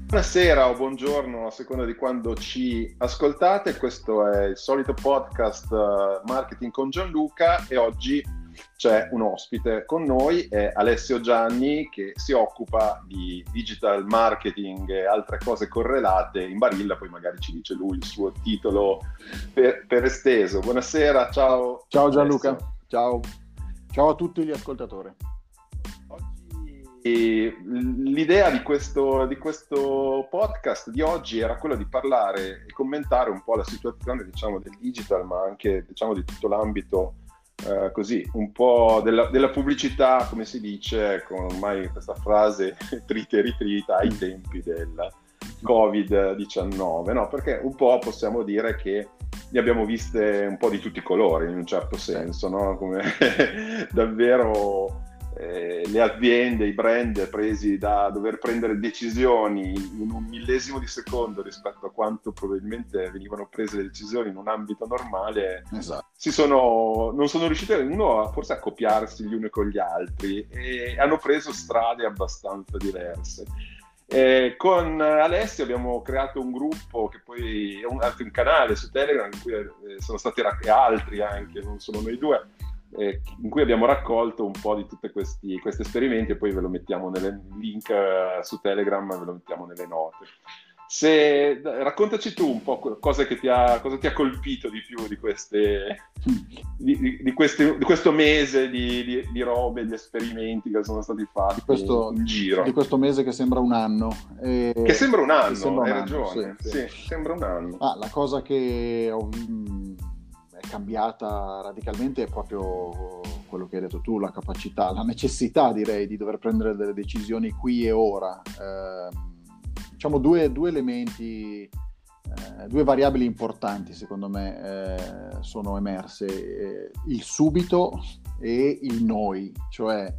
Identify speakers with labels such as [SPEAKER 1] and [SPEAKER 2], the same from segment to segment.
[SPEAKER 1] Buonasera o buongiorno a seconda di quando ci ascoltate. Questo è il solito podcast Marketing con Gianluca e oggi c'è un ospite con noi, è Alessio Gianni, che si occupa di digital marketing e altre cose correlate in Barilla. Poi magari ci dice lui il suo titolo per esteso. Buonasera, ciao
[SPEAKER 2] Ciao Gianluca,
[SPEAKER 1] Alessio.
[SPEAKER 2] ciao. Ciao a tutti gli ascoltatori.
[SPEAKER 1] E l'idea di questo podcast di oggi era quella di parlare e commentare un po' la situazione, diciamo, del digital, ma anche, diciamo, di tutto l'ambito, così, un po' della pubblicità, come si dice, con ormai questa frase trita e ritrita ai tempi del Covid-19, no? Perché un po' possiamo dire che ne abbiamo viste un po' di tutti i colori, in un certo senso, no? Come davvero le aziende, i brand presi da dover prendere decisioni in un millesimo di secondo rispetto a quanto probabilmente venivano prese le decisioni in un ambito normale,
[SPEAKER 2] Esatto.
[SPEAKER 1] non sono riusciti forse a copiarsi gli uni con gli altri e hanno preso strade abbastanza diverse. Con Alessio abbiamo creato un gruppo che poi è un canale su Telegram in cui sono stati altri anche, non solo noi due, in cui abbiamo raccolto un po' di tutti questi esperimenti e poi ve lo mettiamo nel link su Telegram, ve lo mettiamo nelle note. Raccontaci tu un po' cosa ti ha colpito di più di questo mese di robe, di esperimenti che sono stati fatti in giro.
[SPEAKER 2] Di questo mese che sembra un anno.
[SPEAKER 1] Che sembra un anno, hai ragione.
[SPEAKER 2] Sì.
[SPEAKER 1] Sembra un anno.
[SPEAKER 2] La cosa che è cambiata radicalmente è proprio quello che hai detto tu, la capacità, la necessità, direi, di dover prendere delle decisioni qui e ora. Diciamo due elementi, due variabili importanti secondo me sono emerse, il subito e il noi, cioè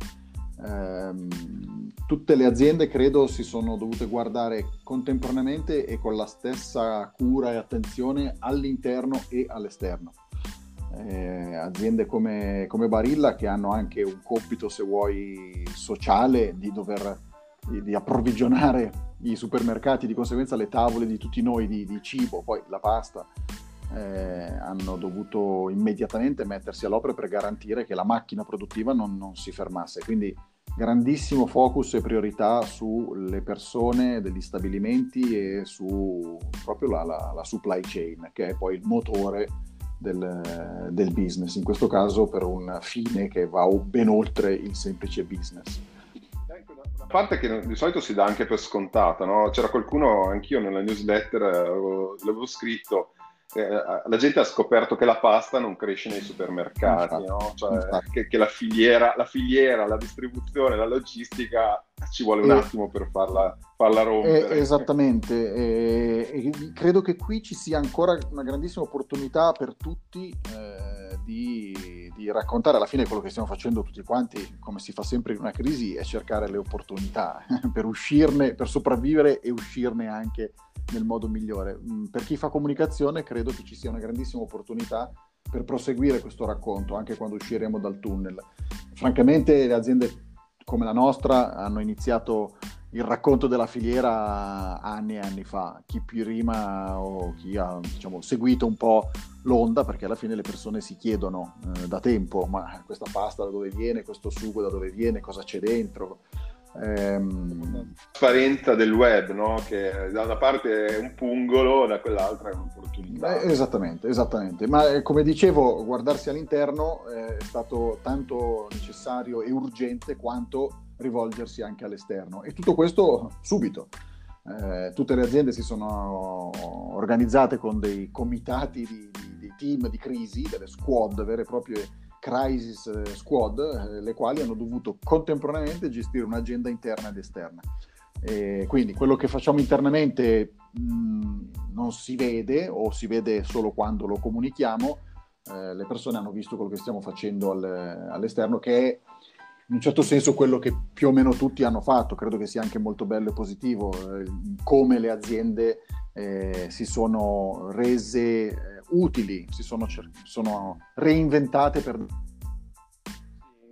[SPEAKER 2] tutte le aziende credo si sono dovute guardare contemporaneamente e con la stessa cura e attenzione all'interno e all'esterno. Aziende come Barilla, che hanno anche un compito, se vuoi, sociale, di approvvigionare i supermercati, di conseguenza le tavole di tutti noi di cibo, poi la pasta, hanno dovuto immediatamente mettersi all'opera per garantire che la macchina produttiva non si fermasse. Quindi grandissimo focus e priorità sulle persone degli stabilimenti e su proprio la supply chain, che è poi il motore del business, in questo caso per un fine che va ben oltre il semplice business.
[SPEAKER 1] Una parte che di solito si dà anche per scontata, no? C'era qualcuno, anch'io nella newsletter l'avevo scritto, la gente ha scoperto che la pasta non cresce nei supermercati, infatti, no? Cioè, che la filiera, la distribuzione, la logistica ci vuole un attimo per farla rompere.
[SPEAKER 2] Esattamente, e credo che qui ci sia ancora una grandissima opportunità per tutti di raccontare alla fine quello che stiamo facendo tutti quanti, come si fa sempre in una crisi, è cercare le opportunità per uscirne, per sopravvivere e uscirne anche nel modo migliore. Per chi fa comunicazione credo che ci sia una grandissima opportunità per proseguire questo racconto anche quando usciremo dal tunnel. Francamente le aziende come la nostra hanno iniziato il racconto della filiera anni e anni fa, chi più prima o chi ha, diciamo, seguito un po' l'onda, perché alla fine le persone si chiedono da tempo: ma questa pasta da dove viene, questo sugo da dove viene, cosa c'è dentro?
[SPEAKER 1] Trasparenza del web, no? Che da una parte è un pungolo, da quell'altra è un'opportunità.
[SPEAKER 2] Esattamente, ma come dicevo, guardarsi all'interno è stato tanto necessario e urgente quanto rivolgersi anche all'esterno, e tutto questo subito. Tutte le aziende si sono organizzate con dei comitati di team di crisi, delle squad, vere e proprie crisis squad, le quali hanno dovuto contemporaneamente gestire un'agenda interna ed esterna. Quindi quello che facciamo internamente non si vede, o si vede solo quando lo comunichiamo. Le persone hanno visto quello che stiamo facendo all'esterno, che è in un certo senso quello che più o meno tutti hanno fatto. Credo che sia anche molto bello e positivo come le aziende si sono rese utili, si sono reinventate per...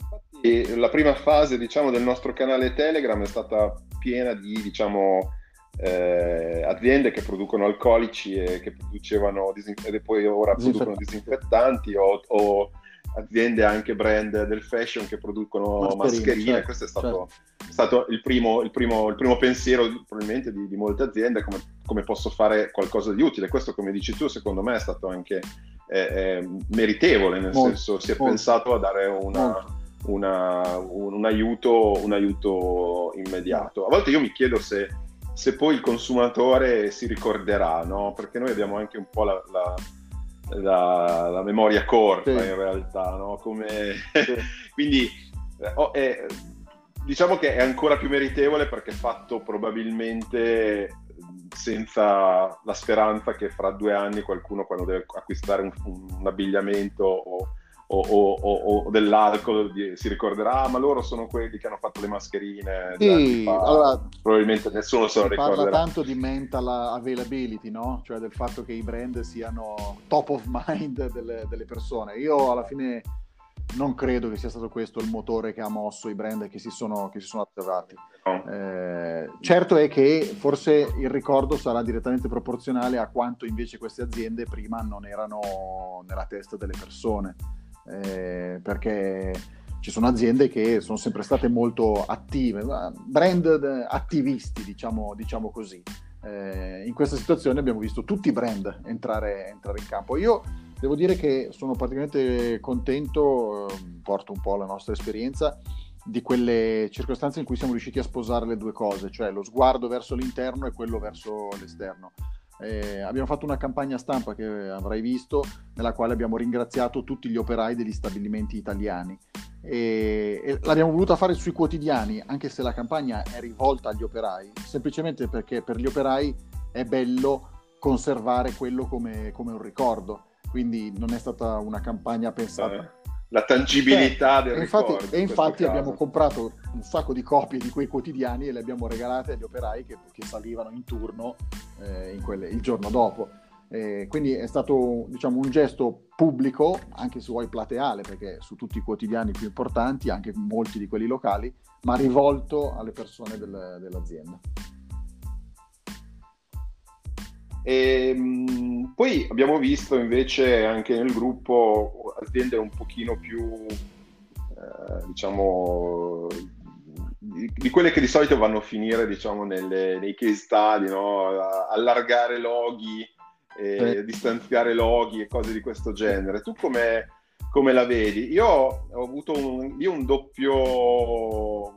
[SPEAKER 1] Infatti la prima fase, diciamo, del nostro canale Telegram è stata piena di, diciamo, aziende che producono alcolici e che producevano e poi ora producono disinfettanti, o aziende anche brand del fashion che producono mascherine.
[SPEAKER 2] Certo,
[SPEAKER 1] questo è stato il primo pensiero probabilmente di molte aziende, come posso fare qualcosa di utile. Questo, come dici tu, secondo me è stato anche meritevole, nel senso si è pensato a dare un aiuto immediato. A volte io mi chiedo se poi il consumatore si ricorderà, no? Perché noi abbiamo anche un po' la memoria corta, in realtà, no? Quindi diciamo che è ancora più meritevole perché è fatto probabilmente senza la speranza che fra 2 anni qualcuno, quando deve acquistare un abbigliamento o dell'alcol, si ricorderà, ma loro sono quelli che hanno fatto le mascherine 2 anni fa.
[SPEAKER 2] Allora,
[SPEAKER 1] probabilmente nessuno se lo ricorderà.
[SPEAKER 2] Parla tanto di mental availability, no? Cioè del fatto che i brand siano top of mind delle persone. Io alla fine non credo che sia stato questo il motore che ha mosso i brand che si sono atterrati. Certo è che forse il ricordo sarà direttamente proporzionale a quanto invece queste aziende prima non erano nella testa delle persone, perché ci sono aziende che sono sempre state molto attive, brand attivisti, diciamo così. In questa situazione abbiamo visto tutti i brand entrare in campo. Io devo dire che sono particolarmente contento, porto un po' la nostra esperienza, di quelle circostanze in cui siamo riusciti a sposare le due cose, cioè lo sguardo verso l'interno e quello verso l'esterno. Abbiamo fatto una campagna stampa che avrai visto, nella quale abbiamo ringraziato tutti gli operai degli stabilimenti italiani e l'abbiamo voluta fare sui quotidiani, anche se la campagna è rivolta agli operai, semplicemente perché per gli operai è bello conservare quello come un ricordo, quindi non è stata una campagna pensata.
[SPEAKER 1] La tangibilità del ricordo.
[SPEAKER 2] E infatti abbiamo comprato un sacco di copie di quei quotidiani e le abbiamo regalate agli operai che salivano in turno il giorno dopo. Quindi è stato, diciamo, un gesto pubblico, anche se vuoi plateale, perché su tutti i quotidiani più importanti, anche molti di quelli locali, ma rivolto alle persone dell'azienda.
[SPEAKER 1] Poi abbiamo visto invece anche nel gruppo aziende un pochino più diciamo di quelle che di solito vanno a finire, diciamo, nei case study, no? Allargare loghi, distanziare loghi e cose di questo genere. Tu come la vedi? Io ho avuto un doppio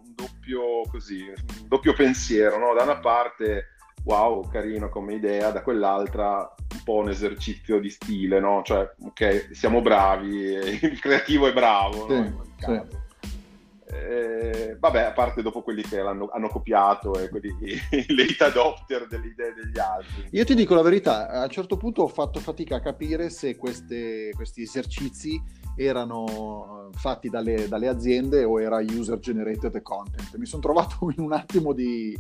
[SPEAKER 1] pensiero, no? Da una parte, wow, carino come idea, da quell'altra un po' un esercizio di stile, no? Cioè, ok, siamo bravi, il creativo è bravo,
[SPEAKER 2] sì,
[SPEAKER 1] no? In quel caso. Vabbè, a parte dopo quelli che hanno copiato e quelli late adopter delle idee degli altri.
[SPEAKER 2] Io ti dico la verità, a un certo punto ho fatto fatica a capire se questi esercizi erano fatti dalle aziende o era user generated content. Mi sono trovato in un attimo di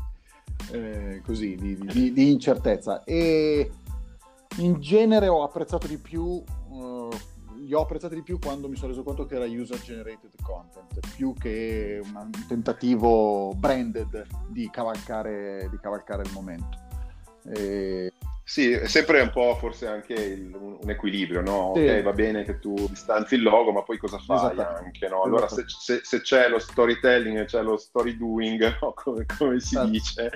[SPEAKER 2] incertezza e in genere ho apprezzato di più li ho apprezzati di più quando mi sono reso conto che era user generated content più che un tentativo branded di cavalcare il momento.
[SPEAKER 1] Sì, è sempre un po' forse anche un equilibrio, no?
[SPEAKER 2] Sì.
[SPEAKER 1] Ok, va bene che tu distanzi il logo, ma poi cosa fai anche, no? Allora se c'è lo storytelling e c'è lo story doing, no? come si dice,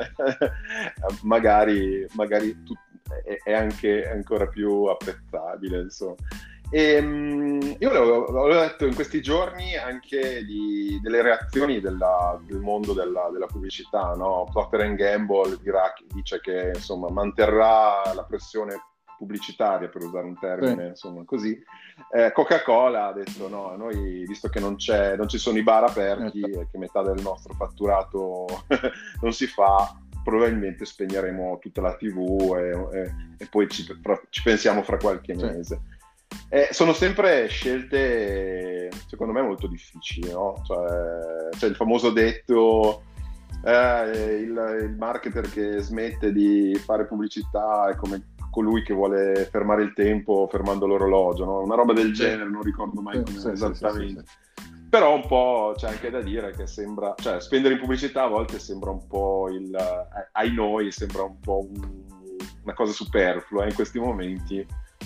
[SPEAKER 1] magari è anche ancora più apprezzabile, insomma. Io ho letto in questi giorni anche delle reazioni del mondo della pubblicità, no? Procter & Gamble dice che insomma manterrà la pressione pubblicitaria, per usare un termine, insomma così. Coca-Cola ha detto no, noi visto che non ci sono i bar aperti e che metà del nostro fatturato non si fa, probabilmente spegneremo tutta la TV e poi ci pensiamo fra qualche mese. Sono sempre scelte, secondo me, molto difficili, no? Cioè, c'è il famoso detto il marketer che smette di fare pubblicità è come colui che vuole fermare il tempo fermando l'orologio, no? Una roba del genere, non ricordo mai come esattamente. Però un po' c'è anche da dire che sembra, cioè spendere in pubblicità a volte sembra un po' ai noi, sembra un po' una cosa superflua in questi momenti.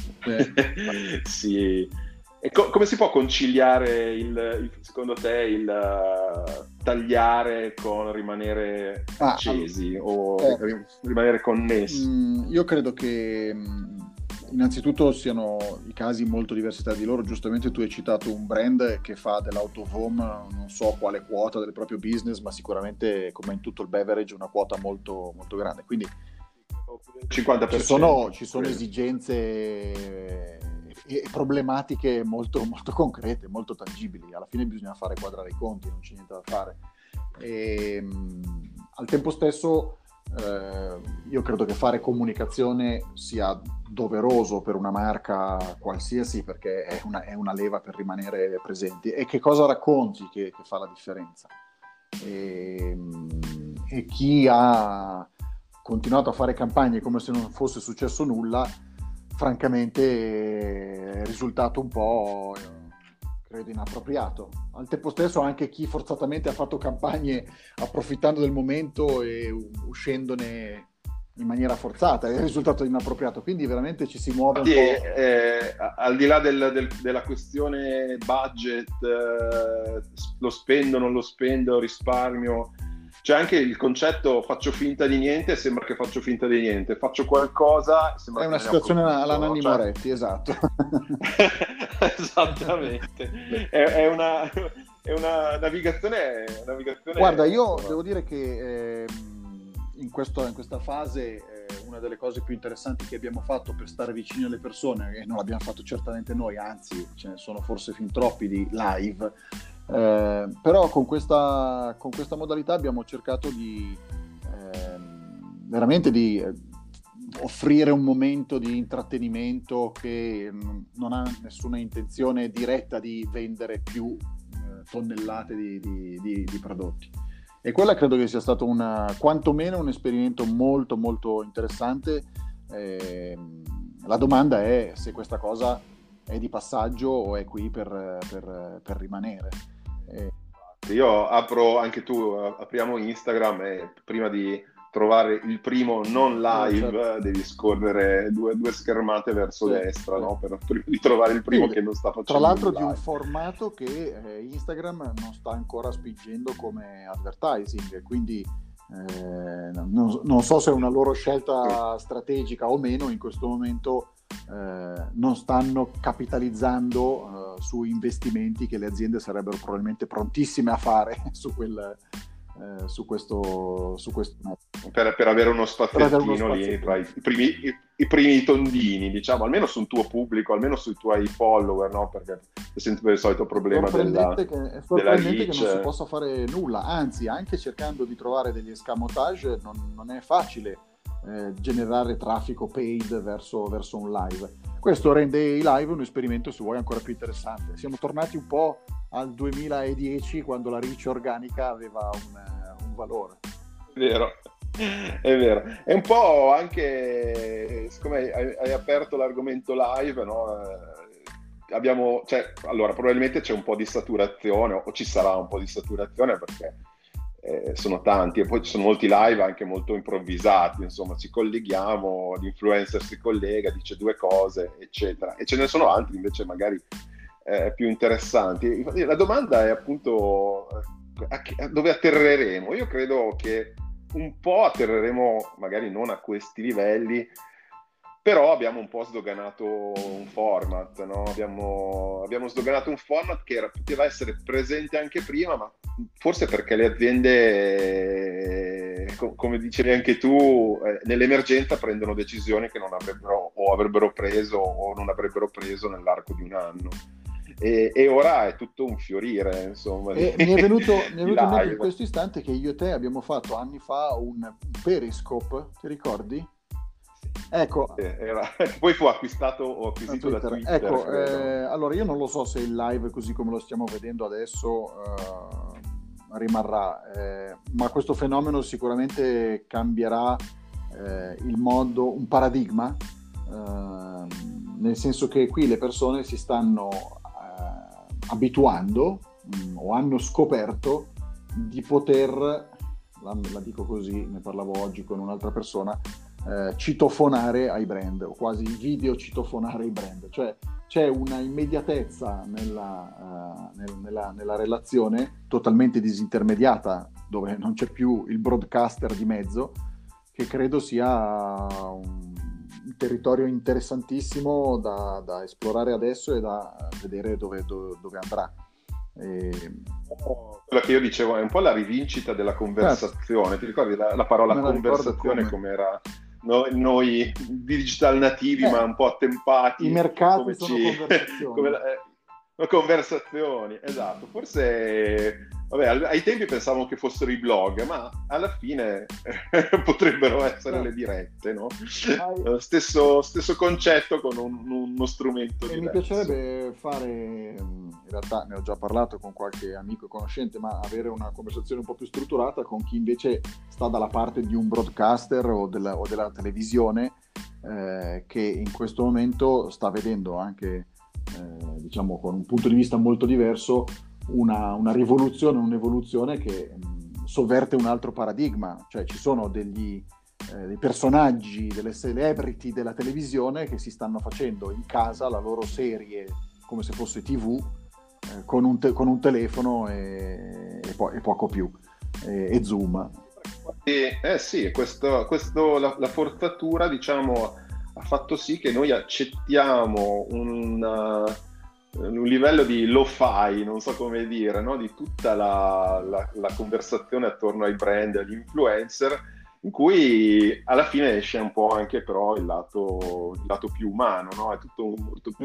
[SPEAKER 1] Sì. E come si può conciliare secondo te il tagliare con rimanere accesi o rimanere connessi?
[SPEAKER 2] Io credo che innanzitutto siano i casi molto diversi tra di loro. Giustamente tu hai citato un brand che fa dell'out of home, non so quale quota del proprio business, ma sicuramente, come in tutto il beverage, una quota molto, molto grande. Quindi
[SPEAKER 1] 50%.
[SPEAKER 2] Ci sono esigenze e problematiche molto, molto concrete, molto tangibili. Alla fine bisogna fare quadrare i conti, non c'è niente da fare. Al tempo stesso io credo che fare comunicazione sia doveroso per una marca qualsiasi, perché è una leva per rimanere presenti. E che cosa racconti che fa la differenza? E chi ha continuato a fare campagne come se non fosse successo nulla, francamente è risultato un po', credo, inappropriato. Al tempo stesso anche chi forzatamente ha fatto campagne approfittando del momento e uscendone in maniera forzata è risultato inappropriato, quindi veramente ci si muove un po'.
[SPEAKER 1] Al di là della questione budget, lo spendo, non lo spendo, risparmio, c'è anche il concetto faccio finta di niente, sembra che faccio finta di niente, faccio qualcosa, sembra
[SPEAKER 2] è
[SPEAKER 1] che
[SPEAKER 2] una situazione alla Nanni Moretti, esatto.
[SPEAKER 1] Esattamente, è una navigazione.
[SPEAKER 2] Guarda, io devo dire che in questa fase una delle cose più interessanti che abbiamo fatto per stare vicini alle persone, e non l'abbiamo fatto certamente noi, anzi ce ne sono forse fin troppi di live, però con questa modalità abbiamo cercato di veramente di offrire un momento di intrattenimento che non ha nessuna intenzione diretta di vendere più tonnellate di prodotti. E quella credo che sia stato quantomeno un esperimento molto molto interessante. La domanda è se questa cosa è di passaggio o è qui per rimanere.
[SPEAKER 1] Io apriamo Instagram e prima di trovare il primo non live, certo, devi scorrere due schermate verso destra, no? Prima di trovare il primo che non sta facendo.
[SPEAKER 2] Tra l'altro di un formato che Instagram non sta ancora spingendo come advertising, quindi non so se è una loro scelta strategica o meno. In questo momento non stanno capitalizzando su investimenti che le aziende sarebbero probabilmente prontissime a fare su questo
[SPEAKER 1] per avere uno spaziettino lì tra i primi tondini, diciamo, almeno sul tuo pubblico, almeno sui tuoi follower, no? Perché è sempre il solito problema della
[SPEAKER 2] che non si possa fare nulla, anzi anche cercando di trovare degli escamotage non è facile generare traffico paid verso un live. Questo rende i live un esperimento, se vuoi, ancora più interessante. Siamo tornati un po' al 2010, quando la reach organica aveva un valore.
[SPEAKER 1] È vero. È un po' anche, siccome hai aperto l'argomento live, no? Allora, probabilmente c'è un po' di saturazione, o ci sarà un po' di saturazione, perché sono tanti, e poi ci sono molti live anche molto improvvisati, insomma, ci colleghiamo, l'influencer si collega, dice due cose, eccetera, e ce ne sono altri invece magari più interessanti. La domanda è appunto dove atterreremo. Io credo che un po' atterreremo magari non a questi livelli, però abbiamo un po' sdoganato un format, no? Abbiamo sdoganato un format che poteva essere presente anche prima, ma forse perché le aziende, come dicevi anche tu, nell'emergenza prendono decisioni che non avrebbero preso o non avrebbero preso nell'arco di un anno. E ora è tutto un fiorire, insomma.
[SPEAKER 2] Mi è venuto in mente in questo istante che io e te abbiamo fatto anni fa un Periscope, ti ricordi? Ecco,
[SPEAKER 1] poi fu acquistato o acquisito da Twitter.
[SPEAKER 2] Ecco, allora io non lo so se il live così come lo stiamo vedendo adesso rimarrà, ma questo fenomeno sicuramente cambierà un paradigma, nel senso che qui le persone si stanno abituando o hanno scoperto di poter, la dico così, ne parlavo oggi con un'altra persona, citofonare ai brand, o quasi video citofonare ai brand, cioè c'è una immediatezza nella relazione totalmente disintermediata, dove non c'è più il broadcaster di mezzo, che credo sia un territorio interessantissimo da esplorare adesso e da vedere dove andrà.
[SPEAKER 1] Quello che io dicevo è un po' la rivincita della conversazione. Certo. Ti ricordi la parola conversazione com'era? Noi digital nativi, ma un po' attempati.
[SPEAKER 2] I mercati sono conversazioni.
[SPEAKER 1] Conversazioni, esatto. Forse, vabbè, ai tempi pensavamo che fossero i blog, ma alla fine potrebbero essere le dirette, no? Stesso concetto con uno strumento diverso.
[SPEAKER 2] Mi piacerebbe fare, in realtà ne ho già parlato con qualche amico e conoscente, ma avere una conversazione un po' più strutturata con chi invece sta dalla parte di un broadcaster o della televisione, che in questo momento sta vedendo anche, diciamo, con un punto di vista molto diverso, una rivoluzione, un'evoluzione che sovverte un altro paradigma. Cioè ci sono dei personaggi, delle celebrity della televisione che si stanno facendo in casa la loro serie come se fosse TV, con un telefono e poco più, e Zoom.
[SPEAKER 1] Sì, la forzatura, diciamo, ha fatto sì che noi accettiamo un livello di lo-fi, non so come dire, no? Di tutta la conversazione attorno ai brand e agli influencer, in cui alla fine esce un po' anche però il lato più umano, no? È tutto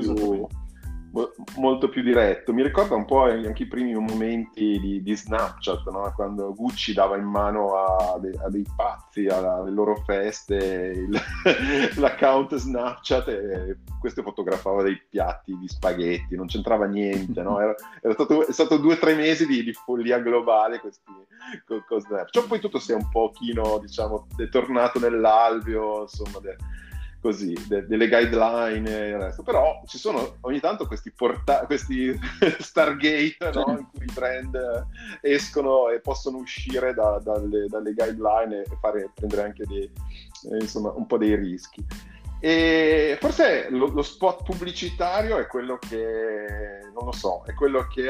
[SPEAKER 1] molto più diretto. Mi ricorda un po' anche i primi momenti di Snapchat, no? Quando Gucci dava in mano a dei pazzi alle loro feste l'account Snapchat, e questo fotografava dei piatti di spaghetti, non c'entrava niente, no? È stato 2 o 3 mesi di follia globale con Snapchat. Cioè, poi tutto si è un pochino, diciamo, è tornato nell'alveo, insomma, così, delle guideline e il resto. Però ci sono ogni tanto questi Stargate, no? In cui i brand escono e possono uscire dalle guideline e prendere anche insomma, un po' dei rischi. E forse lo spot pubblicitario è quello che, non lo so, è quello che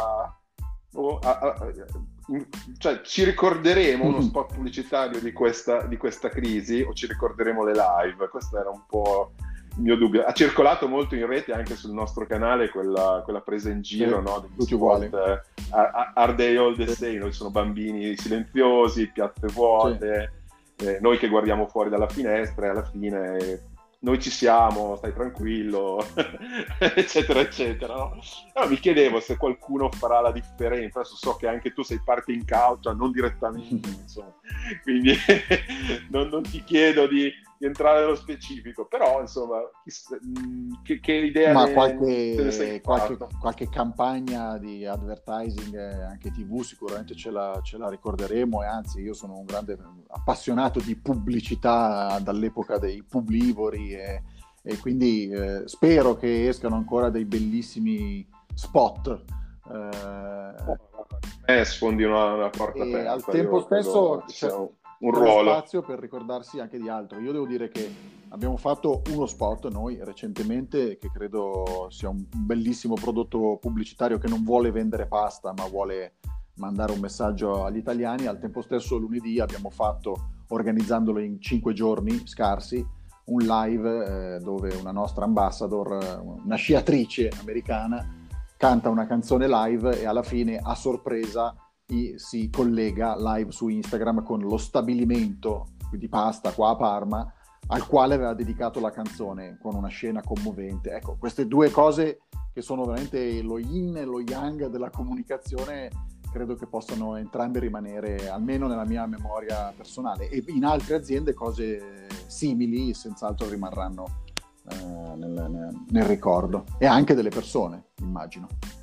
[SPEAKER 1] cioè ci ricorderemo uno spot pubblicitario di questa crisi, o ci ricorderemo le live? Questo era un po' il mio dubbio. Ha circolato molto in rete anche sul nostro canale quella presa in giro, no?
[SPEAKER 2] Tutti uguali.
[SPEAKER 1] Are they all the same? Noi sono bambini silenziosi, piazze vuote, noi che guardiamo fuori dalla finestra, e alla fine noi ci siamo, stai tranquillo, eccetera, eccetera. No? Allora, mi chiedevo se qualcuno farà la differenza. Adesso so che anche tu sei parte in causa, non direttamente, insomma. Quindi non ti chiedo di entrare nello specifico, però insomma, che idea
[SPEAKER 2] qualche campagna di advertising, anche TV, sicuramente ce la ricorderemo, e anzi io sono un grande appassionato di pubblicità dall'epoca dei Publivori, e quindi spero che escano ancora dei bellissimi spot.
[SPEAKER 1] Sfondi una porta aperta.
[SPEAKER 2] Al tempo stesso
[SPEAKER 1] un ruolo,
[SPEAKER 2] spazio per ricordarsi anche di altro. Io devo dire che abbiamo fatto uno spot noi recentemente, che credo sia un bellissimo prodotto pubblicitario, che non vuole vendere pasta ma vuole mandare un messaggio agli italiani. Al tempo stesso lunedì abbiamo fatto, organizzandolo in 5 giorni scarsi, un live dove una nostra ambassador, una sciatrice americana, canta una canzone live, e alla fine, a sorpresa, si collega live su Instagram con lo stabilimento di pasta qua a Parma, al quale aveva dedicato la canzone, con una scena commovente. Ecco, queste due cose che sono veramente lo yin e lo yang della comunicazione, credo che possano entrambe rimanere, almeno nella mia memoria personale, e in altre aziende cose simili senz'altro rimarranno nel ricordo, e anche delle persone, immagino.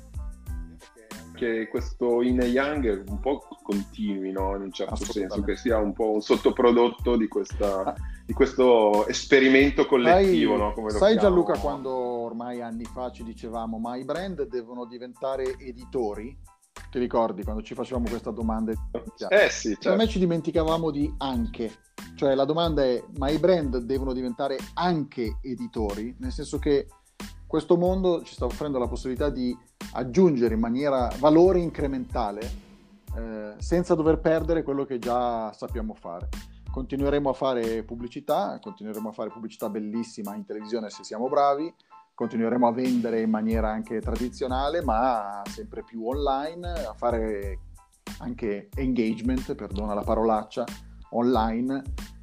[SPEAKER 1] Che questo yin e yang un po' continui, no? In un certo senso, che sia un po' un sottoprodotto di questo esperimento collettivo, no? Come lo
[SPEAKER 2] sai
[SPEAKER 1] chiamo.
[SPEAKER 2] Gianluca, quando ormai anni fa ci dicevamo: ma i brand devono diventare editori, ti ricordi quando ci facevamo questa domanda?
[SPEAKER 1] Sì, certo.
[SPEAKER 2] Secondo me ci dimenticavamo di anche, cioè la domanda è: ma i brand devono diventare anche editori? Nel senso che questo mondo ci sta offrendo la possibilità di aggiungere in maniera valore incrementale senza dover perdere quello che già sappiamo fare. Continueremo a fare pubblicità bellissima in televisione se siamo bravi, continueremo a vendere in maniera anche tradizionale, ma sempre più online, a fare anche engagement, perdona la parolaccia, online,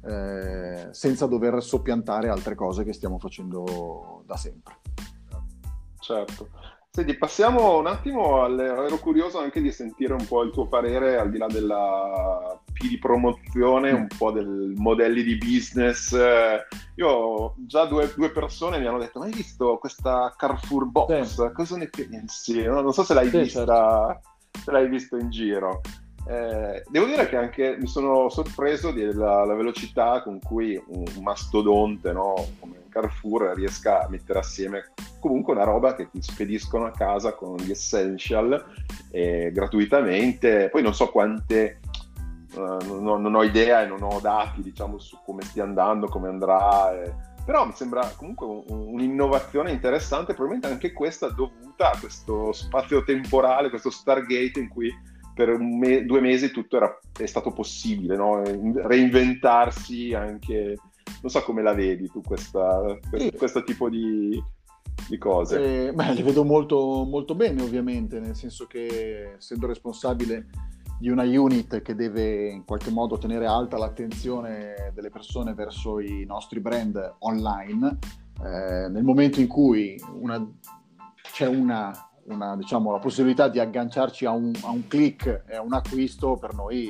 [SPEAKER 2] senza dover soppiantare altre cose che stiamo facendo da sempre.
[SPEAKER 1] Certo. Senti, passiamo un attimo ero curioso anche di sentire un po' il tuo parere, al di là della P di promozione, un po' del modelli di business. Io già due persone mi hanno detto: ma hai visto questa Carrefour Box? Sì. Cosa ne pensi? Non so se l'hai vista, certo. Se l'hai visto in giro. Devo dire che anche mi sono sorpreso della velocità con cui un mastodonte, no, come Carrefour riesca a mettere assieme comunque una roba che ti spediscono a casa con gli essential gratuitamente. Poi non so quante, non ho idea e non ho dati, diciamo, su come stia andando, come andrà, però mi sembra comunque un'innovazione interessante, probabilmente anche questa dovuta a questo spazio temporale, questo Stargate in cui per 2 mesi tutto è stato possibile, no? Reinventarsi anche. Non so come la vedi tu questo tipo di cose.
[SPEAKER 2] Le vedo molto, molto bene, ovviamente, nel senso che, essendo responsabile di una unit che deve in qualche modo tenere alta l'attenzione delle persone verso i nostri brand online, nel momento in cui c'è diciamo, la possibilità di agganciarci a un click e a un acquisto, per noi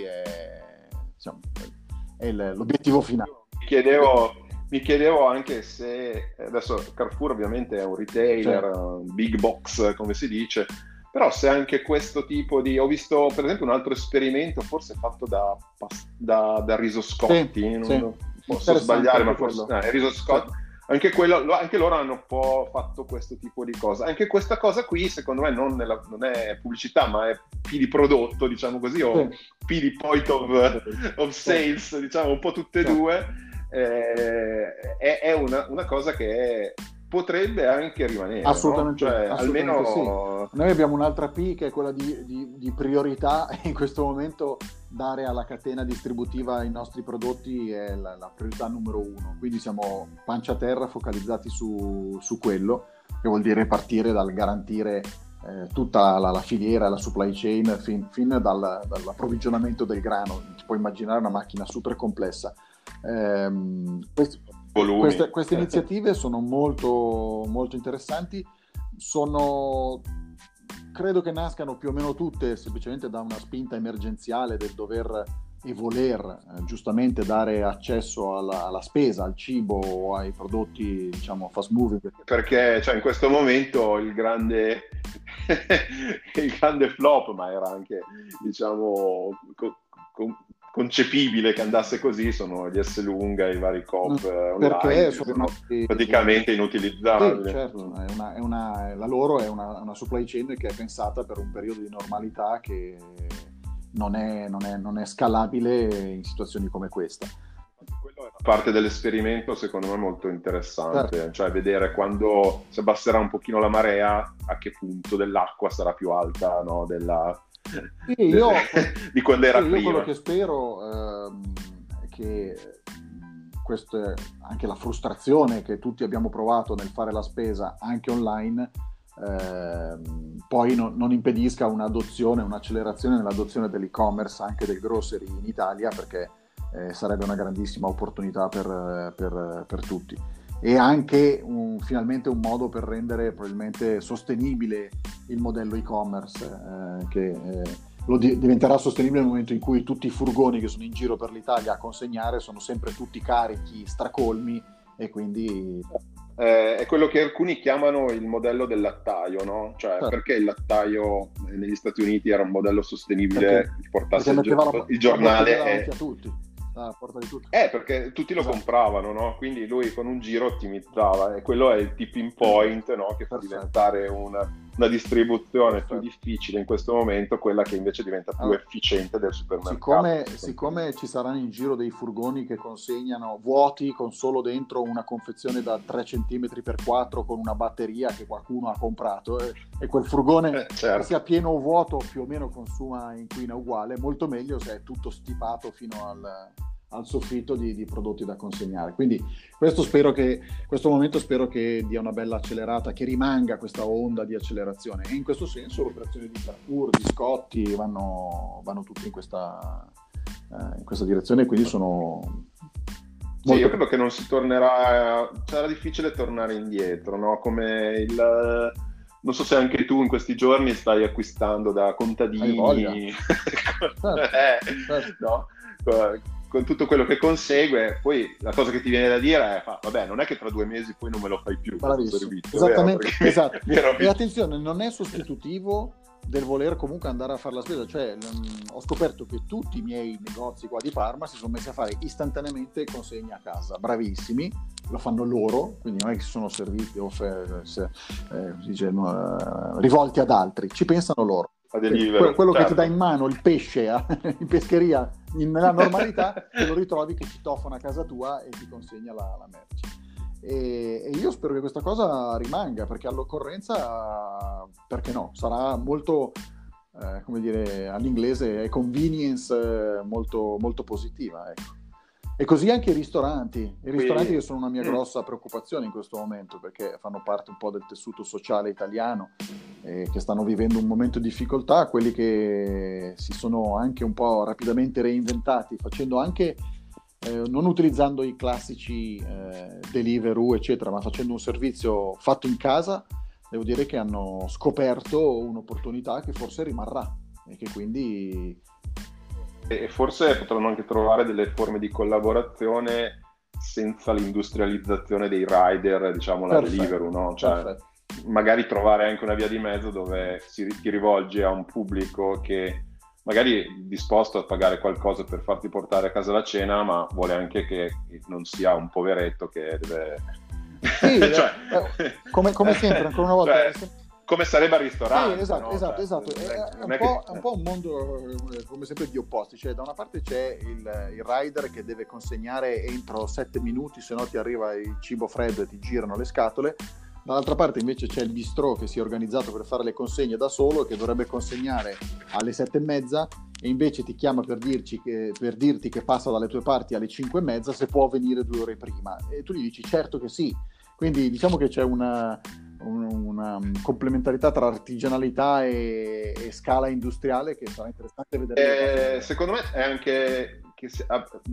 [SPEAKER 2] è l'obiettivo finale.
[SPEAKER 1] Mi chiedevo anche se adesso Carrefour ovviamente è un retailer, certo, big box come si dice, però se anche questo tipo di... Ho visto per esempio un altro esperimento forse fatto da Riso Scotti, non posso sbagliare, ma forse Riso Scotti, sì. Anche loro hanno un po' fatto questo tipo di cosa. Anche questa cosa qui, secondo me, non è pubblicità, ma è P di prodotto, diciamo così, o P di point of sales, diciamo, un po' tutte e due. È una cosa che potrebbe anche rimanere,
[SPEAKER 2] assolutamente,
[SPEAKER 1] no? Cioè,
[SPEAKER 2] assolutamente
[SPEAKER 1] almeno
[SPEAKER 2] sì. Noi abbiamo un'altra P che è quella di priorità, e in questo momento dare alla catena distributiva i nostri prodotti è la priorità numero 1, quindi siamo pancia a terra focalizzati su quello, che vuol dire partire dal garantire tutta la filiera, la supply chain fin dall'approvvigionamento del grano. Ti puoi immaginare una macchina super complessa. Queste iniziative sono molto, molto interessanti, credo che nascano più o meno tutte semplicemente da una spinta emergenziale del dover e voler giustamente dare accesso alla spesa, al cibo o ai prodotti, diciamo, fast moving.
[SPEAKER 1] Perché in questo momento il grande flop, ma era anche, diciamo, concepibile che andasse così, sono gli Esselunga, i vari Coop online, sono praticamente inutilizzabili.
[SPEAKER 2] Sì, certo, la loro è una supply chain che è pensata per un periodo di normalità che non è scalabile in situazioni come questa.
[SPEAKER 1] Quello è parte dell'esperimento, secondo me, molto interessante, certo. Cioè vedere quando si abbasserà un pochino la marea, a che punto dell'acqua sarà più alta, no? Di quando era prima.
[SPEAKER 2] Io quello che spero è che anche la frustrazione che tutti abbiamo provato nel fare la spesa anche online poi non impedisca un'accelerazione nell'adozione dell'e-commerce, anche del grocery in Italia, perché sarebbe una grandissima opportunità per tutti, e anche finalmente un modo per rendere probabilmente sostenibile il modello e-commerce, che diventerà sostenibile nel momento in cui tutti i furgoni che sono in giro per l'Italia a consegnare sono sempre tutti carichi, stracolmi, e quindi
[SPEAKER 1] è quello che alcuni chiamano il modello del lattaio, no? Cioè, certo. Perché il lattaio negli Stati Uniti era un modello sostenibile, portasse il giornale
[SPEAKER 2] a tutti. Porta di tutto.
[SPEAKER 1] Perché tutti lo compravano, no? Quindi lui con un giro ottimizzava, e quello è il tipping point, no? Che fa diventare una distribuzione più
[SPEAKER 2] Perfetto.
[SPEAKER 1] difficile in questo momento, quella che invece diventa più
[SPEAKER 2] Allora,
[SPEAKER 1] efficiente del supermercato.
[SPEAKER 2] siccome ci saranno in giro dei furgoni che consegnano vuoti con solo dentro una confezione da 3 cm per 4 con una batteria che qualcuno ha comprato, e quel furgone che
[SPEAKER 1] Certo.
[SPEAKER 2] sia pieno o vuoto più o meno consuma inquina uguale, molto meglio se è tutto stipato fino al soffitto di prodotti da consegnare. Quindi questo momento spero che dia una bella accelerata, che rimanga questa onda di accelerazione, e in questo senso le operazioni di Carrefour, di Scotti vanno tutte in questa direzione, quindi sono
[SPEAKER 1] Sì, io credo che non si tornerà, sarà difficile tornare indietro, no? Come non so se anche tu in questi giorni stai acquistando da
[SPEAKER 2] Hai
[SPEAKER 1] contadini,
[SPEAKER 2] voglia. Certo.
[SPEAKER 1] no? Con tutto quello che consegue, poi la cosa che ti viene da dire è, vabbè, non è che tra 2 mesi poi non me lo fai più questo
[SPEAKER 2] Bravissimo.
[SPEAKER 1] servizio,
[SPEAKER 2] Esattamente,
[SPEAKER 1] vero?
[SPEAKER 2] esatto.
[SPEAKER 1] Mi ero
[SPEAKER 2] E attenzione, non è sostitutivo del voler comunque andare a fare la spesa, cioè ho scoperto che tutti i miei negozi qua di Parma si sono messi a fare istantaneamente consegna a casa, bravissimi, lo fanno loro, quindi non è che si sono serviti o rivolti ad altri, ci pensano loro.
[SPEAKER 1] a delivery,
[SPEAKER 2] Quello che ti
[SPEAKER 1] certo.
[SPEAKER 2] dà in mano il pesce in pescheria nella normalità, te lo ritrovi che ci tofona a casa tua e ti consegna la merce. E io spero che questa cosa rimanga, perché all'occorrenza, perché no, sarà molto, come dire, all'inglese, convenience molto, molto positiva, ecco. E così anche i ristoranti che sono una mia grossa preoccupazione in questo momento, perché fanno parte un po' del tessuto sociale italiano, che stanno vivendo un momento di difficoltà, quelli che si sono anche un po' rapidamente reinventati, facendo anche non utilizzando i classici Deliveroo eccetera, ma facendo un servizio fatto in casa, devo dire che hanno scoperto un'opportunità che forse rimarrà e che quindi
[SPEAKER 1] E forse potranno anche trovare delle forme di collaborazione senza l'industrializzazione dei rider, diciamo la Deliveroo, no? Cioè, magari trovare anche una via di mezzo dove ti rivolgi a un pubblico che magari è disposto a pagare qualcosa per farti portare a casa la cena, ma vuole anche che non sia un poveretto che deve...
[SPEAKER 2] Sì, come sempre, ancora una volta...
[SPEAKER 1] come sarebbe al ristorante.
[SPEAKER 2] Sì, esatto,
[SPEAKER 1] no?
[SPEAKER 2] esatto. È un po' un mondo come sempre di opposti, cioè da una parte c'è il rider che deve consegnare entro 7 minuti, se no ti arriva il cibo freddo e ti girano le scatole, dall'altra parte invece c'è il bistrò che si è organizzato per fare le consegne da solo e che dovrebbe consegnare alle 7:30 e invece ti chiama per dirti che passa dalle tue parti alle 5:30 se può venire 2 ore prima, e tu gli dici certo che sì. Quindi diciamo che c'è una complementarità tra artigianalità e scala industriale che sarà interessante vedere.
[SPEAKER 1] Secondo me è anche che se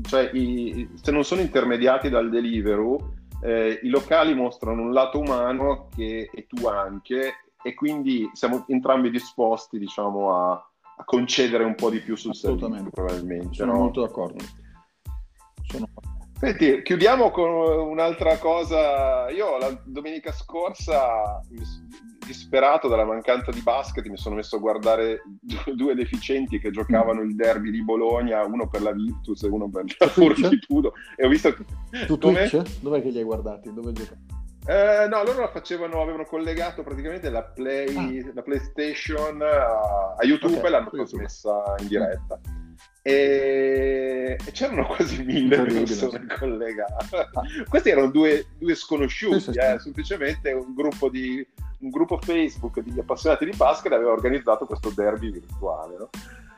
[SPEAKER 1] non sono intermediati dal Deliveroo, i locali mostrano un lato umano e tu anche, e quindi siamo entrambi disposti, diciamo, a concedere un po' di più sul servizio, probabilmente.
[SPEAKER 2] Sono molto d'accordo.
[SPEAKER 1] Senti, chiudiamo con un'altra cosa. Io la domenica scorsa, disperato dalla mancanza di basket, mi sono messo a guardare due deficienti che giocavano il derby di Bologna, uno per la Virtus e uno per la Fortitudo, e ho visto che...
[SPEAKER 2] Su Twitch? Dov'è che li hai guardati? Dove giocano?
[SPEAKER 1] No, loro avevano collegato praticamente la PlayStation a YouTube, e l'hanno trasmessa in diretta. E c'erano quasi 1000 persone collegate. Questi erano due sconosciuti, semplicemente un gruppo Facebook di appassionati di basket aveva organizzato questo derby virtuale, no?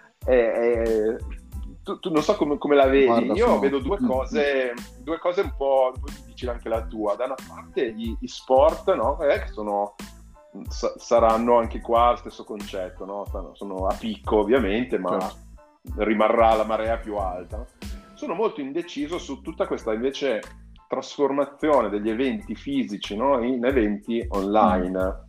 [SPEAKER 1] Tu non so come la vedi. Guarda, io vedo due cose un po', dici anche la tua. Da una parte gli sport, no? Che saranno anche qua lo stesso concetto, no? Sono a picco ovviamente, ma rimarrà la marea più alta, no? Sono molto indeciso su tutta questa invece trasformazione degli eventi fisici, no? In eventi online.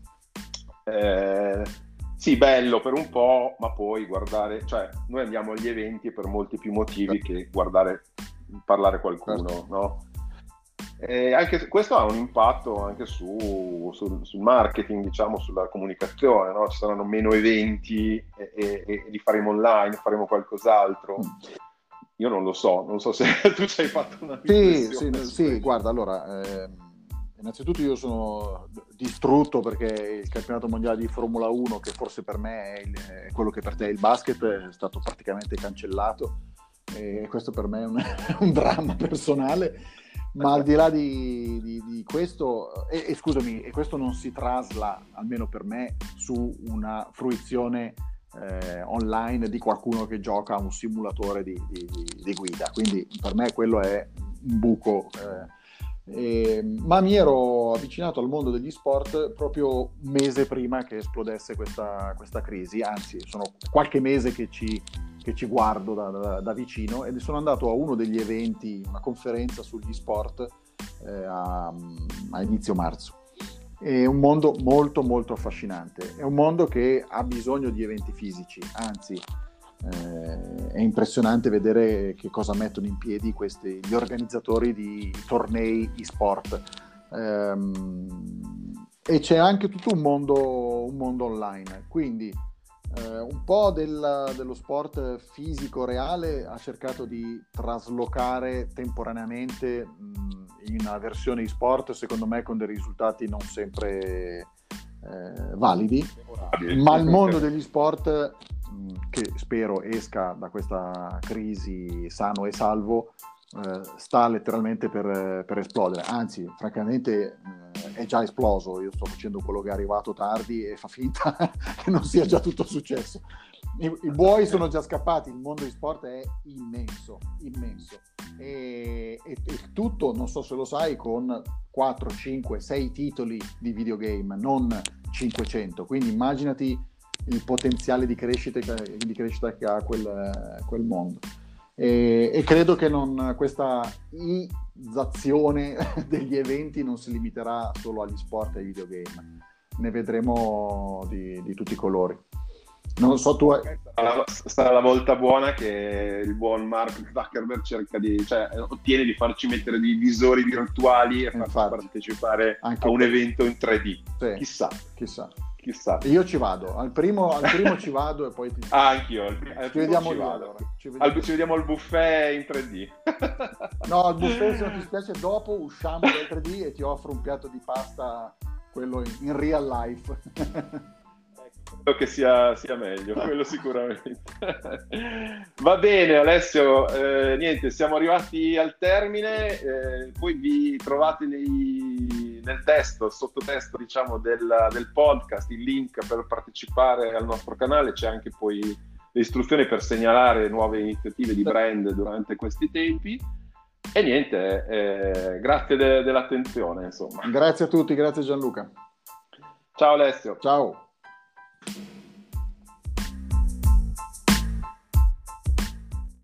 [SPEAKER 1] Sì, bello per un po', ma poi guardare, cioè noi andiamo agli eventi per molti più motivi che parlare qualcuno, no? E anche questo ha un impatto anche sul marketing, diciamo, sulla comunicazione, no? Ci saranno meno eventi e li faremo online, faremo qualcos'altro. Io non lo so se tu ci hai fatto una riflessione.
[SPEAKER 2] Sì, guarda, allora innanzitutto io sono distrutto perché il campionato mondiale di Formula 1, che forse per me è quello che per te è il basket, è stato praticamente cancellato, e questo per me è un dramma personale. Ma al di là di questo, e scusami, e questo non si trasla, almeno per me, su una fruizione online di qualcuno che gioca a un simulatore di guida. Quindi per me quello è un buco. Ma mi ero avvicinato al mondo degli sport proprio un mese prima che esplodesse questa crisi, anzi sono qualche mese che ci guardo da vicino, ed sono andato a uno degli eventi, una conferenza sugli sport a inizio marzo. È un mondo molto molto affascinante, è un mondo che ha bisogno di eventi fisici, anzi è impressionante vedere che cosa mettono in piedi gli organizzatori di tornei e-sport, e c'è anche tutto un mondo online, quindi un po' dello sport fisico reale ha cercato di traslocare temporaneamente in una versione e-sport, secondo me con dei risultati non sempre validi, ma il mondo degli sport, che spero esca da questa crisi sano e salvo, sta letteralmente per esplodere, anzi francamente è già esploso. Io sto facendo quello che è arrivato tardi e fa finta che non sia già tutto successo. I buoi sono già scappati, il mondo di sport è immenso e tutto, non so se lo sai, con 4, 5, 6 titoli di videogame, non 500, quindi immaginati il potenziale di crescita che ha quel mondo. E credo che questa izzazione degli eventi non si limiterà solo agli sport e ai videogame, ne vedremo di tutti i colori. Non so, tu
[SPEAKER 1] sarà la volta buona che il buon Mark Zuckerberg ottiene di farci mettere dei visori virtuali e farci partecipare a un evento in 3D.
[SPEAKER 2] Sì,
[SPEAKER 1] chissà.
[SPEAKER 2] Io ci vado, al primo ci vado e poi
[SPEAKER 1] anch'io.
[SPEAKER 2] Ci vediamo lì
[SPEAKER 1] allora.
[SPEAKER 2] Ci
[SPEAKER 1] vediamo al buffet in 3D.
[SPEAKER 2] No, al buffet, se non ti spiace, dopo usciamo dal 3D e ti offro un piatto di pasta, quello in real life.
[SPEAKER 1] Credo che sia meglio, quello sicuramente. Va bene Alessio, niente, siamo arrivati al termine, poi vi trovate nel testo, sottotesto diciamo del podcast, il link per partecipare al nostro canale, c'è anche poi le istruzioni per segnalare nuove iniziative di brand durante questi tempi. E niente, grazie dell'attenzione, insomma.
[SPEAKER 2] Grazie a tutti, grazie Gianluca.
[SPEAKER 1] Ciao Alessio.
[SPEAKER 2] Ciao.